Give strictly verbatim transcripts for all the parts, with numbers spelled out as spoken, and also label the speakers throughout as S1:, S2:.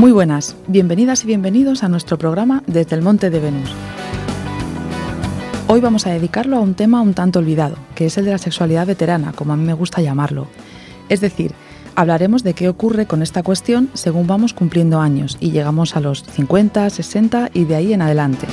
S1: Muy buenas, bienvenidas y bienvenidos a nuestro programa Desde el Monte de Venus. Hoy vamos a dedicarlo a un tema un tanto olvidado, que es el de la sexualidad veterana, como a mí me gusta llamarlo. Es decir, hablaremos de qué ocurre con esta cuestión según vamos cumpliendo años y llegamos a los cincuenta, sesenta y de ahí en adelante.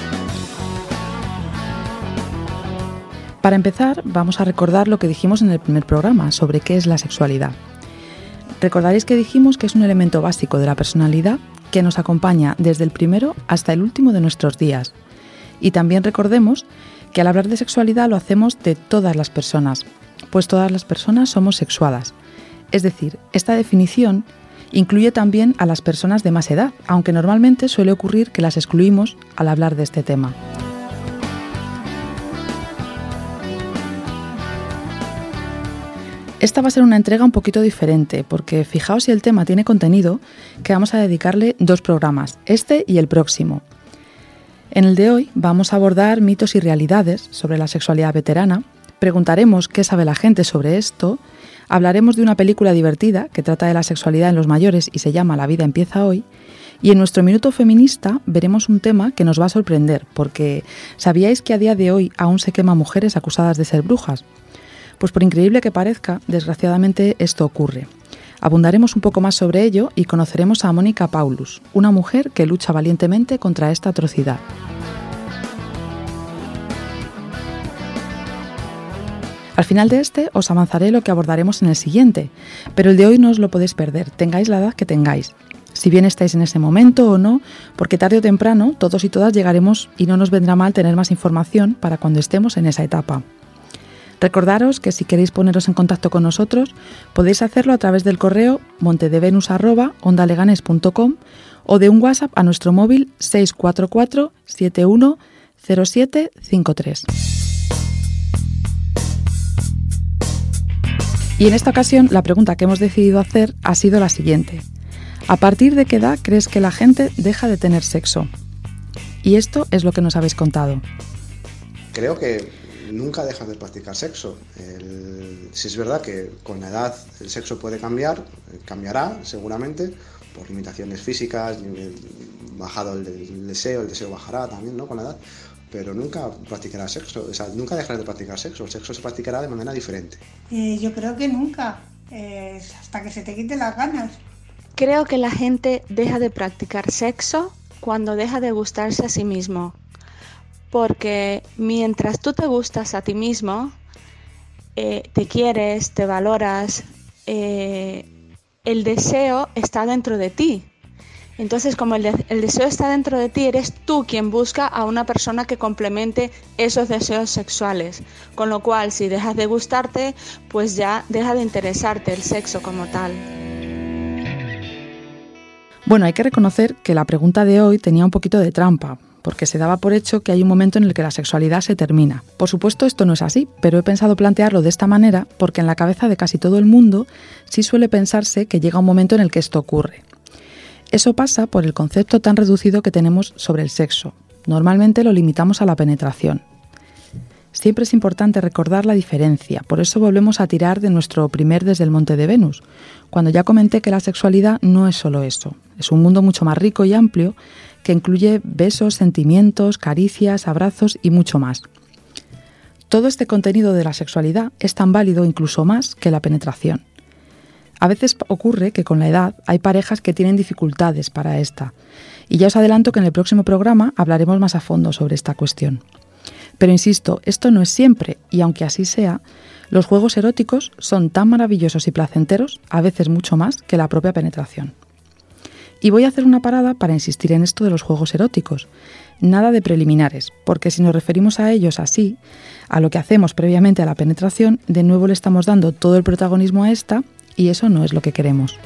S1: Para empezar, vamos a recordar lo que dijimos en el primer programa sobre qué es la sexualidad. Recordaréis que dijimos que es un elemento básico de la personalidad que nos acompaña desde el primero hasta el último de nuestros días. Y también recordemos que al hablar de sexualidad lo hacemos de todas las personas, pues todas las personas somos sexuadas. Es decir, esta definición incluye también a las personas de más edad, aunque normalmente suele ocurrir que las excluimos al hablar de este tema. Esta va a ser una entrega un poquito diferente, porque fijaos si el tema tiene contenido, que vamos a dedicarle dos programas, este y el próximo. En el de hoy vamos a abordar mitos y realidades sobre la sexualidad veterana, preguntaremos qué sabe la gente sobre esto, hablaremos de una película divertida que trata de la sexualidad en los mayores y se llama La vida empieza hoy, y en nuestro minuto feminista veremos un tema que nos va a sorprender, porque ¿sabíais que a día de hoy aún se quema mujeres acusadas de ser brujas? Pues por increíble que parezca, desgraciadamente esto ocurre. Abundaremos un poco más sobre ello y conoceremos a Mónica Paulus, una mujer que lucha valientemente contra esta atrocidad. Al final de este os avanzaré lo que abordaremos en el siguiente, pero el de hoy no os lo podéis perder, tengáis la edad que tengáis. Si bien estáis en ese momento o no, porque tarde o temprano todos y todas llegaremos y no nos vendrá mal tener más información para cuando estemos en esa etapa. Recordaros que si queréis poneros en contacto con nosotros, podéis hacerlo a través del correo montedevenus arroba ondaleganes punto com o de un WhatsApp a nuestro móvil seis cuatro cuatro siete uno cero siete cinco tres. Y en esta ocasión la pregunta que hemos decidido hacer ha sido la siguiente. ¿A partir de qué edad crees que la gente deja de tener sexo? Y esto es lo que nos habéis contado.
S2: Creo que nunca dejas de practicar sexo. El, si es verdad que con la edad el sexo puede cambiar, cambiará seguramente por limitaciones físicas, bajado el, el deseo, el deseo bajará también, ¿no? Con la edad, pero nunca practicarás sexo, o sea, nunca dejarás de practicar sexo, el sexo se practicará de manera diferente.
S3: Eh, yo creo que nunca, eh, hasta que se te quiten las ganas.
S4: Creo que la gente deja de practicar sexo cuando deja de gustarse a sí mismo. Porque mientras tú te gustas a ti mismo, eh, te quieres, te valoras, eh, el deseo está dentro de ti. Entonces, como el, de- el deseo está dentro de ti, eres tú quien busca a una persona que complemente esos deseos sexuales. Con lo cual, si dejas de gustarte, pues ya deja de interesarte el sexo como tal.
S1: Bueno, hay que reconocer que la pregunta de hoy tenía un poquito de trampa, porque se daba por hecho que hay un momento en el que la sexualidad se termina. Por supuesto, esto no es así, pero he pensado plantearlo de esta manera porque en la cabeza de casi todo el mundo sí suele pensarse que llega un momento en el que esto ocurre. Eso pasa por el concepto tan reducido que tenemos sobre el sexo. Normalmente lo limitamos a la penetración. Siempre es importante recordar la diferencia, por eso volvemos a tirar de nuestro primer Desde el Monte de Venus, cuando ya comenté que la sexualidad no es solo eso, es un mundo mucho más rico y amplio que incluye besos, sentimientos, caricias, abrazos y mucho más. Todo este contenido de la sexualidad es tan válido, incluso más, que la penetración. A veces ocurre que con la edad hay parejas que tienen dificultades para esta, y ya os adelanto que en el próximo programa hablaremos más a fondo sobre esta cuestión. Pero insisto, esto no es siempre, y aunque así sea, los juegos eróticos son tan maravillosos y placenteros, a veces mucho más, que la propia penetración. Y voy a hacer una parada para insistir en esto de los juegos eróticos. Nada de preliminares, porque si nos referimos a ellos así, a lo que hacemos previamente a la penetración, de nuevo le estamos dando todo el protagonismo a esta, y eso no es lo que queremos.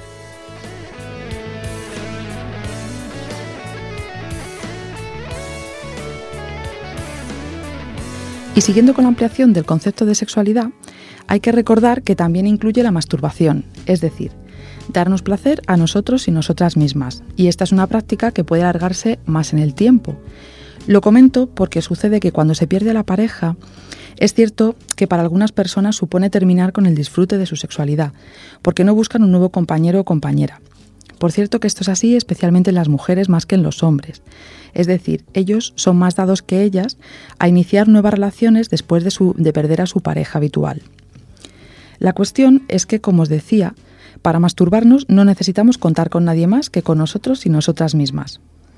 S1: Y siguiendo con la ampliación del concepto de sexualidad, hay que recordar que también incluye la masturbación, es decir, darnos placer a nosotros y nosotras mismas. Y esta es una práctica que puede alargarse más en el tiempo. Lo comento porque sucede que cuando se pierde la pareja, es cierto que para algunas personas supone terminar con el disfrute de su sexualidad, porque no buscan un nuevo compañero o compañera. Por cierto que esto es así especialmente en las mujeres más que en los hombres. Es decir, ellos son más dados que ellas a iniciar nuevas relaciones después de, su, de perder a su pareja habitual. La cuestión es que, como os decía, para masturbarnos no necesitamos contar con nadie más que con nosotros y nosotras mismas.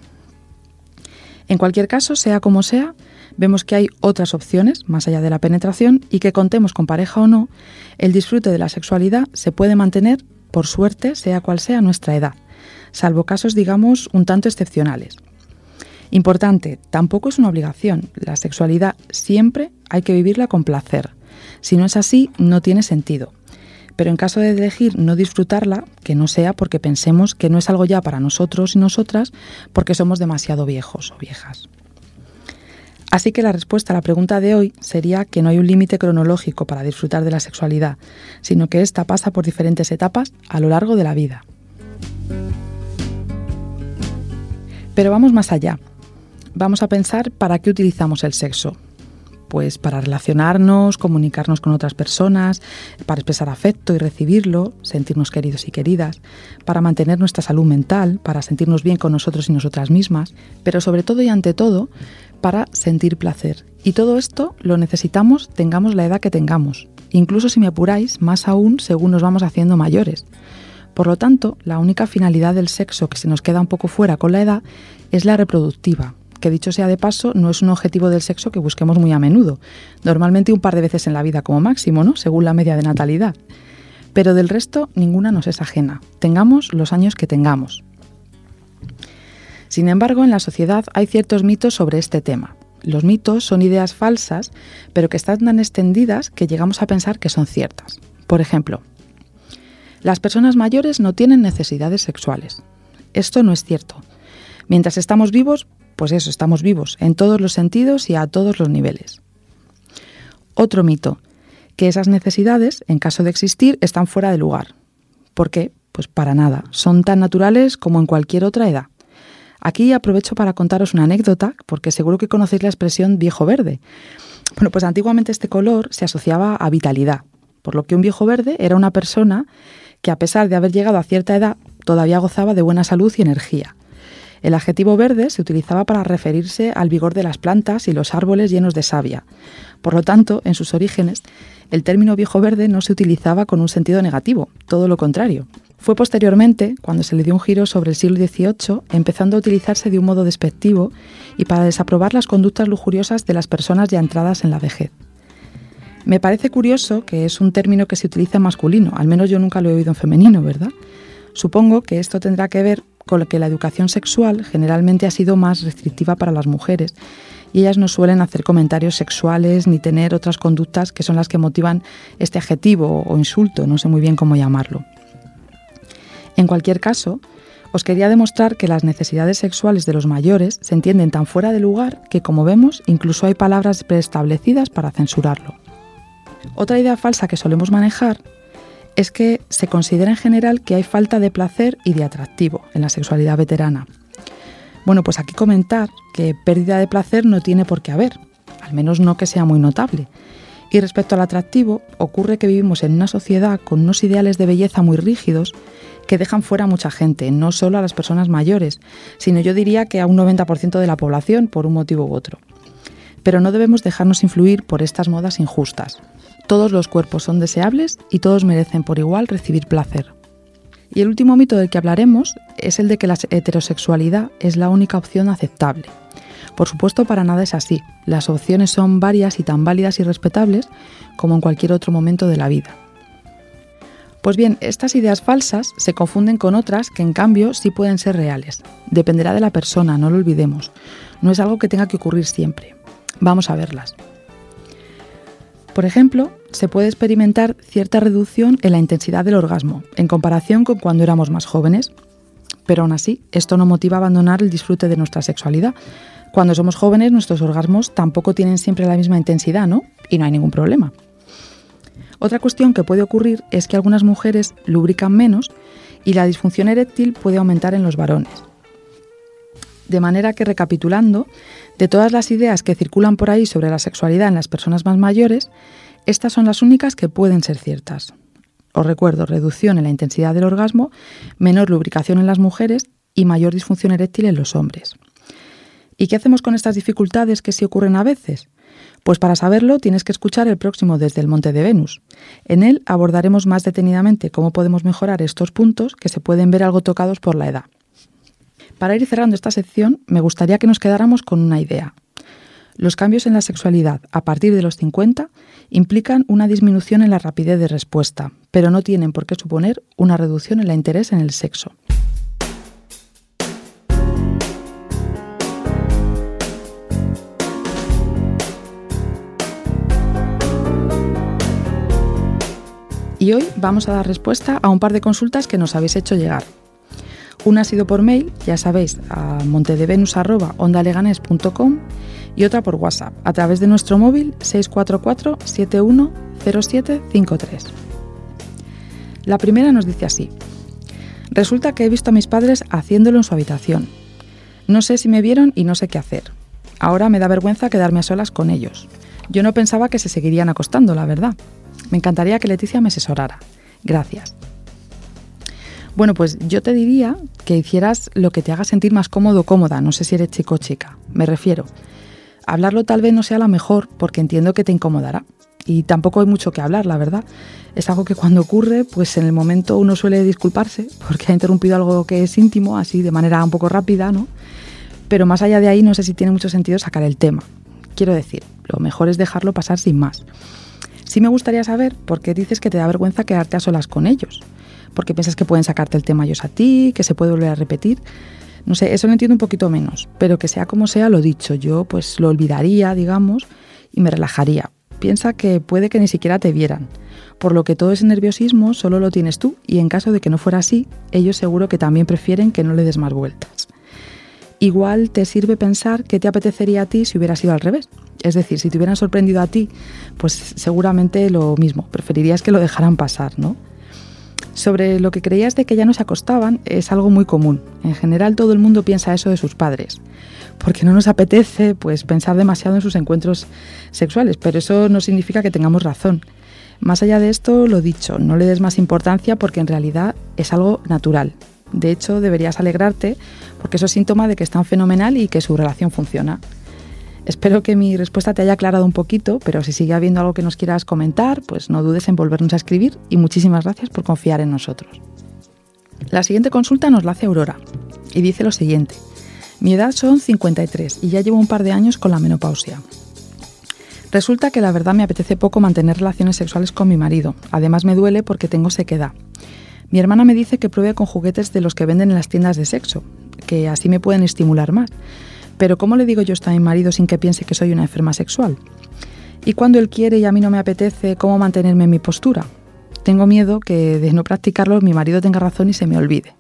S1: En cualquier caso, sea como sea, vemos que hay otras opciones más allá de la penetración y que contemos con pareja o no, el disfrute de la sexualidad se puede mantener, por suerte, sea cual sea nuestra edad, salvo casos, digamos, un tanto excepcionales. Importante, tampoco es una obligación. La sexualidad siempre hay que vivirla con placer. Si no es así, no tiene sentido. Pero en caso de elegir no disfrutarla, que no sea porque pensemos que no es algo ya para nosotros y nosotras, porque somos demasiado viejos o viejas. Así que la respuesta a la pregunta de hoy sería que no hay un límite cronológico para disfrutar de la sexualidad, sino que ésta pasa por diferentes etapas a lo largo de la vida. Pero vamos más allá. Vamos a pensar para qué utilizamos el sexo. Pues para relacionarnos, comunicarnos con otras personas, para expresar afecto y recibirlo, sentirnos queridos y queridas, para mantener nuestra salud mental, para sentirnos bien con nosotros y nosotras mismas, pero sobre todo y ante todo, para sentir placer. Y todo esto lo necesitamos tengamos la edad que tengamos, incluso si me apuráis, más aún según nos vamos haciendo mayores. Por lo tanto, la única finalidad del sexo que se nos queda un poco fuera con la edad es la reproductiva, que dicho sea de paso, no es un objetivo del sexo que busquemos muy a menudo, normalmente un par de veces en la vida como máximo, ¿no?, según la media de natalidad. Pero del resto, ninguna nos es ajena, tengamos los años que tengamos. Sin embargo, en la sociedad hay ciertos mitos sobre este tema. Los mitos son ideas falsas, pero que están tan extendidas que llegamos a pensar que son ciertas. Por ejemplo, las personas mayores no tienen necesidades sexuales. Esto no es cierto. Mientras estamos vivos, pues eso, estamos vivos, en todos los sentidos y a todos los niveles. Otro mito, que esas necesidades, en caso de existir, están fuera de lugar. ¿Por qué? Pues para nada, son tan naturales como en cualquier otra edad. Aquí aprovecho para contaros una anécdota, porque seguro que conocéis la expresión viejo verde. Bueno, pues antiguamente este color se asociaba a vitalidad, por lo que un viejo verde era una persona que a pesar de haber llegado a cierta edad, todavía gozaba de buena salud y energía. El adjetivo verde se utilizaba para referirse al vigor de las plantas y los árboles llenos de savia. Por lo tanto, en sus orígenes, el término viejo verde no se utilizaba con un sentido negativo, todo lo contrario. Fue posteriormente, cuando se le dio un giro sobre el siglo dieciocho, empezando a utilizarse de un modo despectivo y para desaprobar las conductas lujuriosas de las personas ya entradas en la vejez. Me parece curioso que es un término que se utiliza en masculino, al menos yo nunca lo he oído en femenino, ¿verdad? Supongo que esto tendrá que ver con que la educación sexual generalmente ha sido más restrictiva para las mujeres y ellas no suelen hacer comentarios sexuales ni tener otras conductas que son las que motivan este adjetivo o insulto, no sé muy bien cómo llamarlo. En cualquier caso, os quería demostrar que las necesidades sexuales de los mayores se entienden tan fuera de lugar que, como vemos, incluso hay palabras preestablecidas para censurarlo. Otra idea falsa que solemos manejar es que se considera en general que hay falta de placer y de atractivo en la sexualidad veterana. Bueno, pues aquí comentar que pérdida de placer no tiene por qué haber, al menos no que sea muy notable. Y respecto al atractivo, ocurre que vivimos en una sociedad con unos ideales de belleza muy rígidos que dejan fuera a mucha gente, no solo a las personas mayores, sino yo diría que a un noventa por ciento de la población por un motivo u otro. Pero no debemos dejarnos influir por estas modas injustas. Todos los cuerpos son deseables y todos merecen por igual recibir placer. Y el último mito del que hablaremos es el de que la heterosexualidad es la única opción aceptable. Por supuesto, para nada es así. Las opciones son varias y tan válidas y respetables como en cualquier otro momento de la vida. Pues bien, estas ideas falsas se confunden con otras que en cambio sí pueden ser reales. Dependerá de la persona, no lo olvidemos. No es algo que tenga que ocurrir siempre. Vamos a verlas. Por ejemplo, se puede experimentar cierta reducción en la intensidad del orgasmo, en comparación con cuando éramos más jóvenes. Pero aún así, esto no motiva a abandonar el disfrute de nuestra sexualidad. Cuando somos jóvenes, nuestros orgasmos tampoco tienen siempre la misma intensidad, ¿no? Y no hay ningún problema. Otra cuestión que puede ocurrir es que algunas mujeres lubrican menos y la disfunción eréctil puede aumentar en los varones. De manera que, recapitulando, de todas las ideas que circulan por ahí sobre la sexualidad en las personas más mayores, estas son las únicas que pueden ser ciertas. Os recuerdo, reducción en la intensidad del orgasmo, menor lubricación en las mujeres y mayor disfunción eréctil en los hombres. ¿Y qué hacemos con estas dificultades que sí ocurren a veces? Pues para saberlo tienes que escuchar el próximo Desde el Monte de Venus. En él abordaremos más detenidamente cómo podemos mejorar estos puntos que se pueden ver algo tocados por la edad. Para ir cerrando esta sección, me gustaría que nos quedáramos con una idea. Los cambios en la sexualidad a partir de los cincuenta implican una disminución en la rapidez de respuesta, pero no tienen por qué suponer una reducción en el interés en el sexo. Y hoy vamos a dar respuesta a un par de consultas que nos habéis hecho llegar. Una ha sido por mail, ya sabéis, a montedevenus arroba ondaleganes punto com y otra por WhatsApp, a través de nuestro móvil seis cuatro cuatro, siete uno cero siete cinco tres. La primera nos dice así: resulta que he visto a mis padres haciéndolo en su habitación. No sé si me vieron y no sé qué hacer. Ahora me da vergüenza quedarme a solas con ellos. Yo no pensaba que se seguirían acostando, la verdad. Me encantaría que Leticia me asesorara. Gracias. Bueno, pues yo te diría que hicieras lo que te haga sentir más cómodo o cómoda. No sé si eres chico o chica. Me refiero. Hablarlo tal vez no sea la mejor porque entiendo que te incomodará. Y tampoco hay mucho que hablar, la verdad. Es algo que cuando ocurre, pues en el momento uno suele disculparse porque ha interrumpido algo que es íntimo, así de manera un poco rápida, ¿no? Pero más allá de ahí no sé si tiene mucho sentido sacar el tema. Quiero decir, lo mejor es dejarlo pasar sin más. Sí me gustaría saber por qué dices que te da vergüenza quedarte a solas con ellos. Porque piensas que pueden sacarte el tema ellos a ti, que se puede volver a repetir. No sé, eso lo entiendo un poquito menos. Pero que sea como sea, lo dicho, yo pues lo olvidaría, digamos, y me relajaría. Piensa que puede que ni siquiera te vieran. Por lo que todo ese nerviosismo solo lo tienes tú y en caso de que no fuera así, ellos seguro que también prefieren que no le des más vueltas. Igual te sirve pensar qué te apetecería a ti si hubiera sido al revés. Es decir, si te hubieran sorprendido a ti, pues seguramente lo mismo, preferirías que lo dejaran pasar, ¿no? Sobre lo que creías de que ya no se acostaban, es algo muy común. En general todo el mundo piensa eso de sus padres, porque no nos apetece pues pensar demasiado en sus encuentros sexuales, pero eso no significa que tengamos razón. Más allá de esto, lo dicho, no le des más importancia porque en realidad es algo natural. De hecho, deberías alegrarte porque eso es síntoma de que están fenomenal y que su relación funciona. Espero que mi respuesta te haya aclarado un poquito, pero si sigue habiendo algo que nos quieras comentar, pues no dudes en volvernos a escribir y muchísimas gracias por confiar en nosotros. La siguiente consulta nos la hace Aurora y dice lo siguiente: mi edad son cincuenta y tres y ya llevo un par de años con la menopausia. Resulta que la verdad me apetece poco mantener relaciones sexuales con mi marido, además me duele porque tengo sequedad. Mi hermana me dice que pruebe con juguetes de los que venden en las tiendas de sexo, que así me pueden estimular más. Pero ¿cómo le digo yo esto a mi marido sin que piense que soy una enferma sexual? Y cuando él quiere y a mí no me apetece, ¿cómo mantenerme en mi postura? Tengo miedo que de no practicarlo mi marido tenga razón y se me olvide.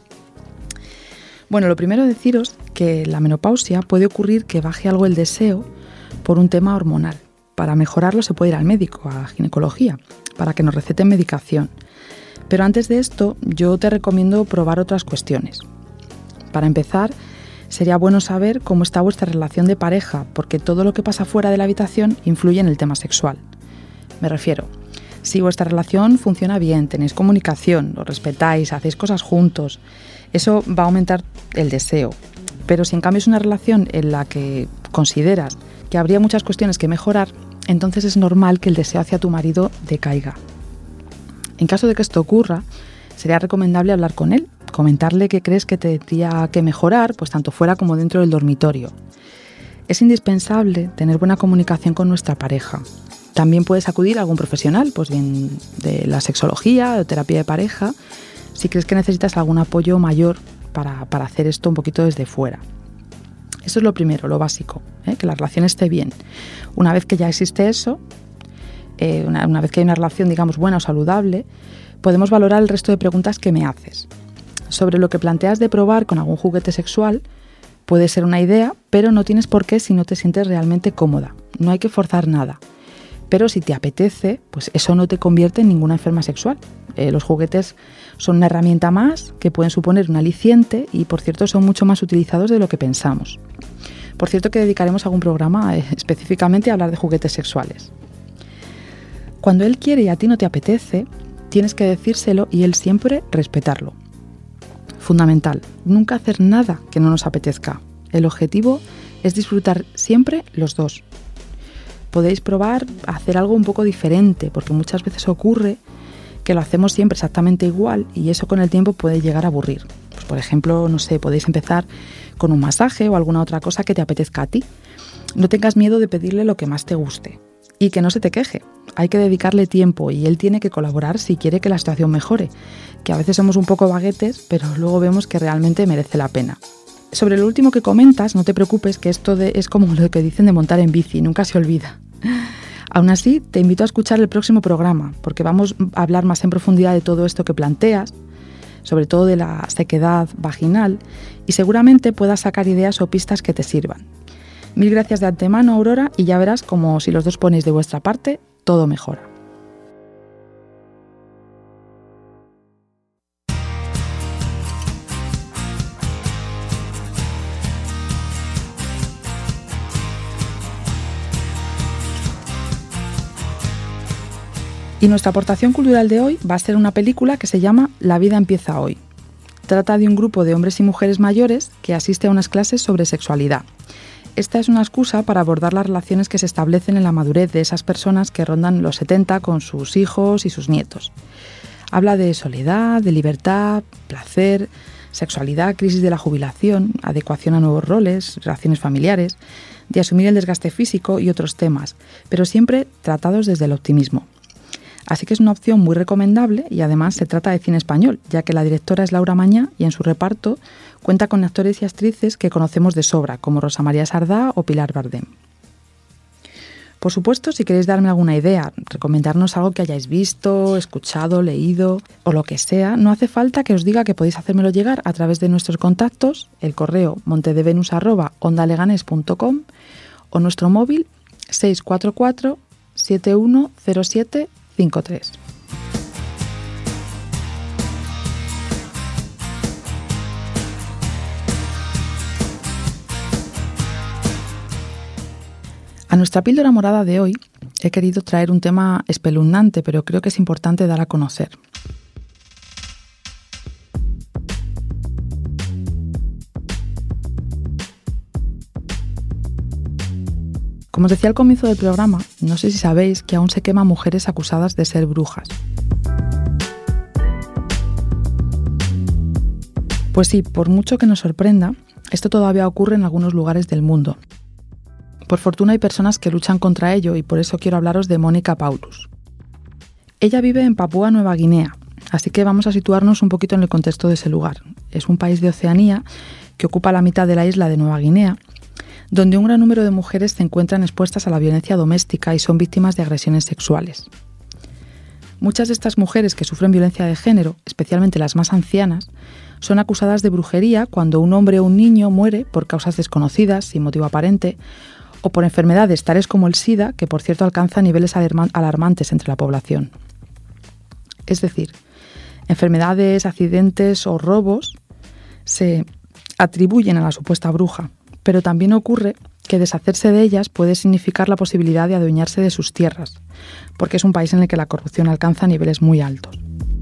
S1: Bueno, lo primero deciros que la menopausia puede ocurrir que baje algo el deseo por un tema hormonal. Para mejorarlo se puede ir al médico, a ginecología, para que nos receten medicación. Pero antes de esto, yo te recomiendo probar otras cuestiones. Para empezar, sería bueno saber cómo está vuestra relación de pareja, porque todo lo que pasa fuera de la habitación influye en el tema sexual. Me refiero, si vuestra relación funciona bien, tenéis comunicación, os respetáis, hacéis cosas juntos, eso va a aumentar el deseo. Pero si en cambio es una relación en la que consideras que habría muchas cuestiones que mejorar, entonces es normal que el deseo hacia tu marido decaiga. En caso de que esto ocurra, sería recomendable hablar con él, comentarle qué crees que tendría que mejorar, pues tanto fuera como dentro del dormitorio. Es indispensable tener buena comunicación con nuestra pareja. También puedes acudir a algún profesional, pues bien de la sexología o terapia de pareja, si crees que necesitas algún apoyo mayor para, para hacer esto un poquito desde fuera. Eso es lo primero, lo básico, ¿eh? Que la relación esté bien. Una vez que ya existe eso, eh, una, una vez que hay una relación, digamos, buena o saludable, podemos valorar el resto de preguntas que me haces. Sobre lo que planteas de probar con algún juguete sexual, puede ser una idea, pero no tienes por qué si no te sientes realmente cómoda. No hay que forzar nada. Pero si te apetece, pues eso no te convierte en ninguna enferma sexual. Eh, los juguetes son una herramienta más que pueden suponer un aliciente y, por cierto, son mucho más utilizados de lo que pensamos. Por cierto, que dedicaremos algún programa eh, específicamente a hablar de juguetes sexuales. Cuando él quiere y a ti no te apetece, tienes que decírselo y él siempre respetarlo. Fundamental, nunca hacer nada que no nos apetezca. El objetivo es disfrutar siempre los dos. Podéis probar a hacer algo un poco diferente, porque muchas veces ocurre que lo hacemos siempre exactamente igual y eso con el tiempo puede llegar a aburrir. Pues por ejemplo, no sé, podéis empezar con un masaje o alguna otra cosa que te apetezca a ti. No tengas miedo de pedirle lo que más te guste y que no se te queje. Hay que dedicarle tiempo y él tiene que colaborar si quiere que la situación mejore, que a veces somos un poco vaguetes, pero luego vemos que realmente merece la pena. Sobre lo último que comentas, no te preocupes, que esto de, es como lo que dicen de montar en bici, nunca se olvida. Aún así, te invito a escuchar el próximo programa, porque vamos a hablar más en profundidad de todo esto que planteas, sobre todo de la sequedad vaginal, y seguramente puedas sacar ideas o pistas que te sirvan. Mil gracias de antemano, Aurora, y ya verás como si los dos ponéis de vuestra parte, todo mejora. Y nuestra aportación cultural de hoy va a ser una película que se llama La vida empieza hoy. Trata de un grupo de hombres y mujeres mayores que asiste a unas clases sobre sexualidad. Esta es una excusa para abordar las relaciones que se establecen en la madurez de esas personas que rondan los setenta con sus hijos y sus nietos. Habla de soledad, de libertad, placer, sexualidad, crisis de la jubilación, adecuación a nuevos roles, relaciones familiares, de asumir el desgaste físico y otros temas, pero siempre tratados desde el optimismo. Así que es una opción muy recomendable y además se trata de cine español, ya que la directora es Laura Mañá y en su reparto cuenta con actores y actrices que conocemos de sobra, como Rosa María Sardá o Pilar Bardem. Por supuesto, si queréis darme alguna idea, recomendarnos algo que hayáis visto, escuchado, leído o lo que sea, no hace falta que os diga que podéis hacérmelo llegar a través de nuestros contactos, el correo montedevenus arroba ondaleganes punto com o nuestro móvil seis cuatro cuatro siete uno cero siete cinco tres. A nuestra píldora morada de hoy he querido traer un tema espeluznante, pero creo que es importante dar a conocer. Como os decía al comienzo del programa, no sé si sabéis que aún se queman mujeres acusadas de ser brujas. Pues sí, por mucho que nos sorprenda, esto todavía ocurre en algunos lugares del mundo. Por fortuna hay personas que luchan contra ello y por eso quiero hablaros de Mónica Paulus. Ella vive en Papúa Nueva Guinea, así que vamos a situarnos un poquito en el contexto de ese lugar. Es un país de Oceanía que ocupa la mitad de la isla de Nueva Guinea, donde un gran número de mujeres se encuentran expuestas a la violencia doméstica y son víctimas de agresiones sexuales. Muchas de estas mujeres que sufren violencia de género, especialmente las más ancianas, son acusadas de brujería cuando un hombre o un niño muere por causas desconocidas, sin motivo aparente, o por enfermedades tales como el SIDA, que por cierto alcanza niveles alarmantes entre la población. Es decir, enfermedades, accidentes o robos se atribuyen a la supuesta bruja, pero también ocurre que deshacerse de ellas puede significar la posibilidad de adueñarse de sus tierras, porque es un país en el que la corrupción alcanza niveles muy altos.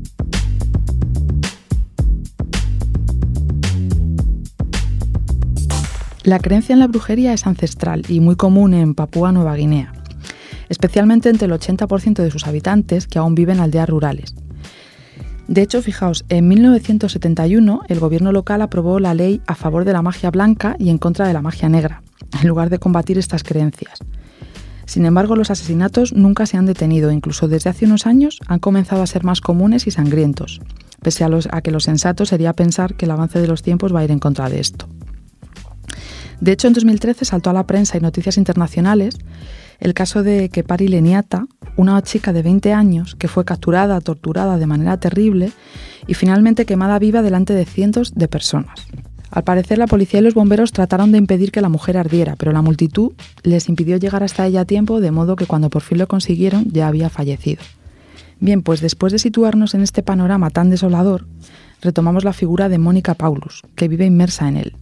S1: La creencia en la brujería es ancestral y muy común en Papúa Nueva Guinea, especialmente entre el ochenta por ciento de sus habitantes que aún viven en aldeas rurales. De hecho, fijaos, en mil novecientos setenta y uno el gobierno local aprobó la ley a favor de la magia blanca y en contra de la magia negra, en lugar de combatir estas creencias. Sin embargo, los asesinatos nunca se han detenido, incluso desde hace unos años han comenzado a ser más comunes y sangrientos, pese a, los, a que lo sensato sería pensar que el avance de los tiempos va a ir en contra de esto. De hecho, en dos mil trece saltó a la prensa y noticias internacionales el caso de Kepari Leniata, una chica de veinte años que fue capturada, torturada de manera terrible y finalmente quemada viva delante de cientos de personas. Al parecer, la policía y los bomberos trataron de impedir que la mujer ardiera, pero la multitud les impidió llegar hasta ella a tiempo, de modo que cuando por fin lo consiguieron ya había fallecido. Bien, pues después de situarnos en este panorama tan desolador, retomamos la figura de Mónica Paulus, que vive inmersa en él.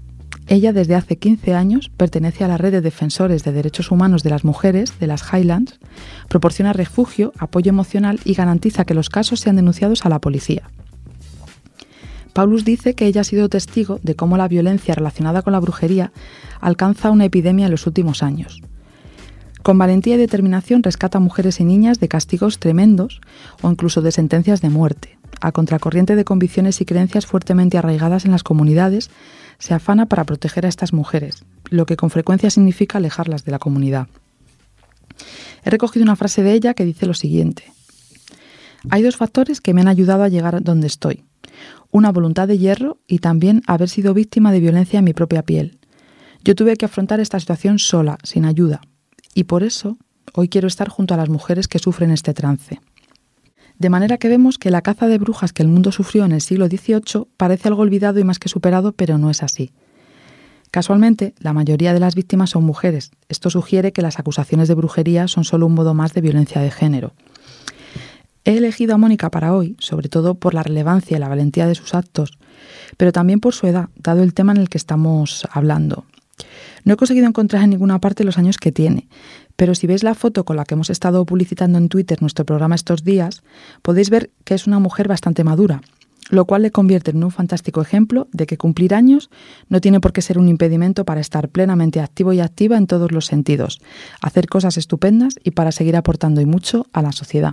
S1: Ella desde hace quince años pertenece a la red de defensores de derechos humanos de las mujeres de las Highlands, proporciona refugio, apoyo emocional y garantiza que los casos sean denunciados a la policía. Paulus dice que ella ha sido testigo de cómo la violencia relacionada con la brujería alcanza una epidemia en los últimos años. Con valentía y determinación rescata a mujeres y niñas de castigos tremendos o incluso de sentencias de muerte. A contracorriente de convicciones y creencias fuertemente arraigadas en las comunidades, se afana para proteger a estas mujeres, lo que con frecuencia significa alejarlas de la comunidad. He recogido una frase de ella que dice lo siguiente: hay dos factores que me han ayudado a llegar donde estoy. Una voluntad de hierro y también haber sido víctima de violencia en mi propia piel. Yo tuve que afrontar esta situación sola, sin ayuda, y por eso hoy quiero estar junto a las mujeres que sufren este trance. De manera que vemos que la caza de brujas que el mundo sufrió en el siglo dieciocho parece algo olvidado y más que superado, pero no es así. Casualmente, la mayoría de las víctimas son mujeres. Esto sugiere que las acusaciones de brujería son solo un modo más de violencia de género. He elegido a Mónica para hoy, sobre todo por la relevancia y la valentía de sus actos, pero también por su edad, dado el tema en el que estamos hablando. No he conseguido encontrar en ninguna parte los años que tiene, pero si veis la foto con la que hemos estado publicitando en Twitter nuestro programa estos días, podéis ver que es una mujer bastante madura, lo cual le convierte en un fantástico ejemplo de que cumplir años no tiene por qué ser un impedimento para estar plenamente activo y activa en todos los sentidos, hacer cosas estupendas y para seguir aportando y mucho a la sociedad.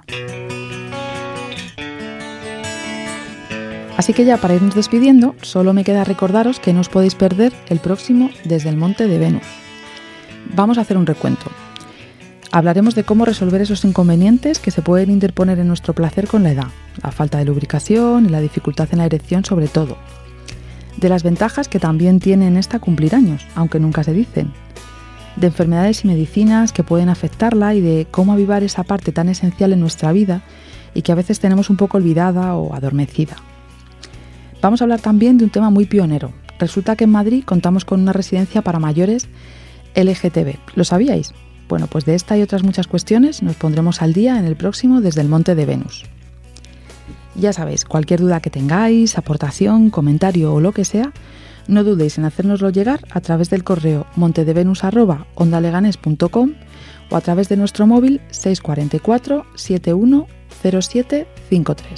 S1: Así que ya para irnos despidiendo, solo me queda recordaros que no os podéis perder el próximo Desde el Monte de Venus. Vamos a hacer un recuento. Hablaremos de cómo resolver esos inconvenientes que se pueden interponer en nuestro placer con la edad, la falta de lubricación y la dificultad en la erección sobre todo. De las ventajas que también tiene en esta cumplir años, aunque nunca se dicen. De enfermedades y medicinas que pueden afectarla y de cómo avivar esa parte tan esencial en nuestra vida y que a veces tenemos un poco olvidada o adormecida. Vamos a hablar también de un tema muy pionero. Resulta que en Madrid contamos con una residencia para mayores L G T B. ¿Lo sabíais? Bueno, pues de esta y otras muchas cuestiones nos pondremos al día en el próximo Desde el Monte de Venus. Ya sabéis, cualquier duda que tengáis, aportación, comentario o lo que sea, no dudéis en hacérnoslo llegar a través del correo montedevenus arroba ondaleganes punto com o a través de nuestro móvil seis cuatro cuatro, siete uno cero siete cinco tres.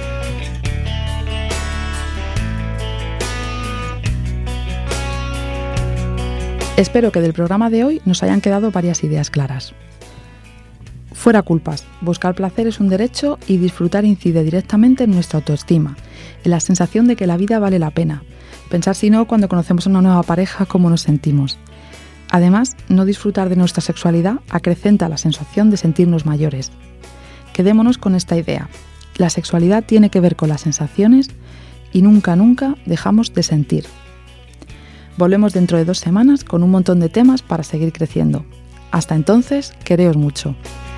S1: Espero que del programa de hoy nos hayan quedado varias ideas claras. Fuera culpas, buscar placer es un derecho y disfrutar incide directamente en nuestra autoestima, en la sensación de que la vida vale la pena, pensar si no cuando conocemos a una nueva pareja cómo nos sentimos. Además, no disfrutar de nuestra sexualidad acrecenta la sensación de sentirnos mayores. Quedémonos con esta idea, la sexualidad tiene que ver con las sensaciones y nunca, nunca dejamos de sentir. Volvemos dentro de dos semanas con un montón de temas para seguir creciendo. Hasta entonces, quereos mucho.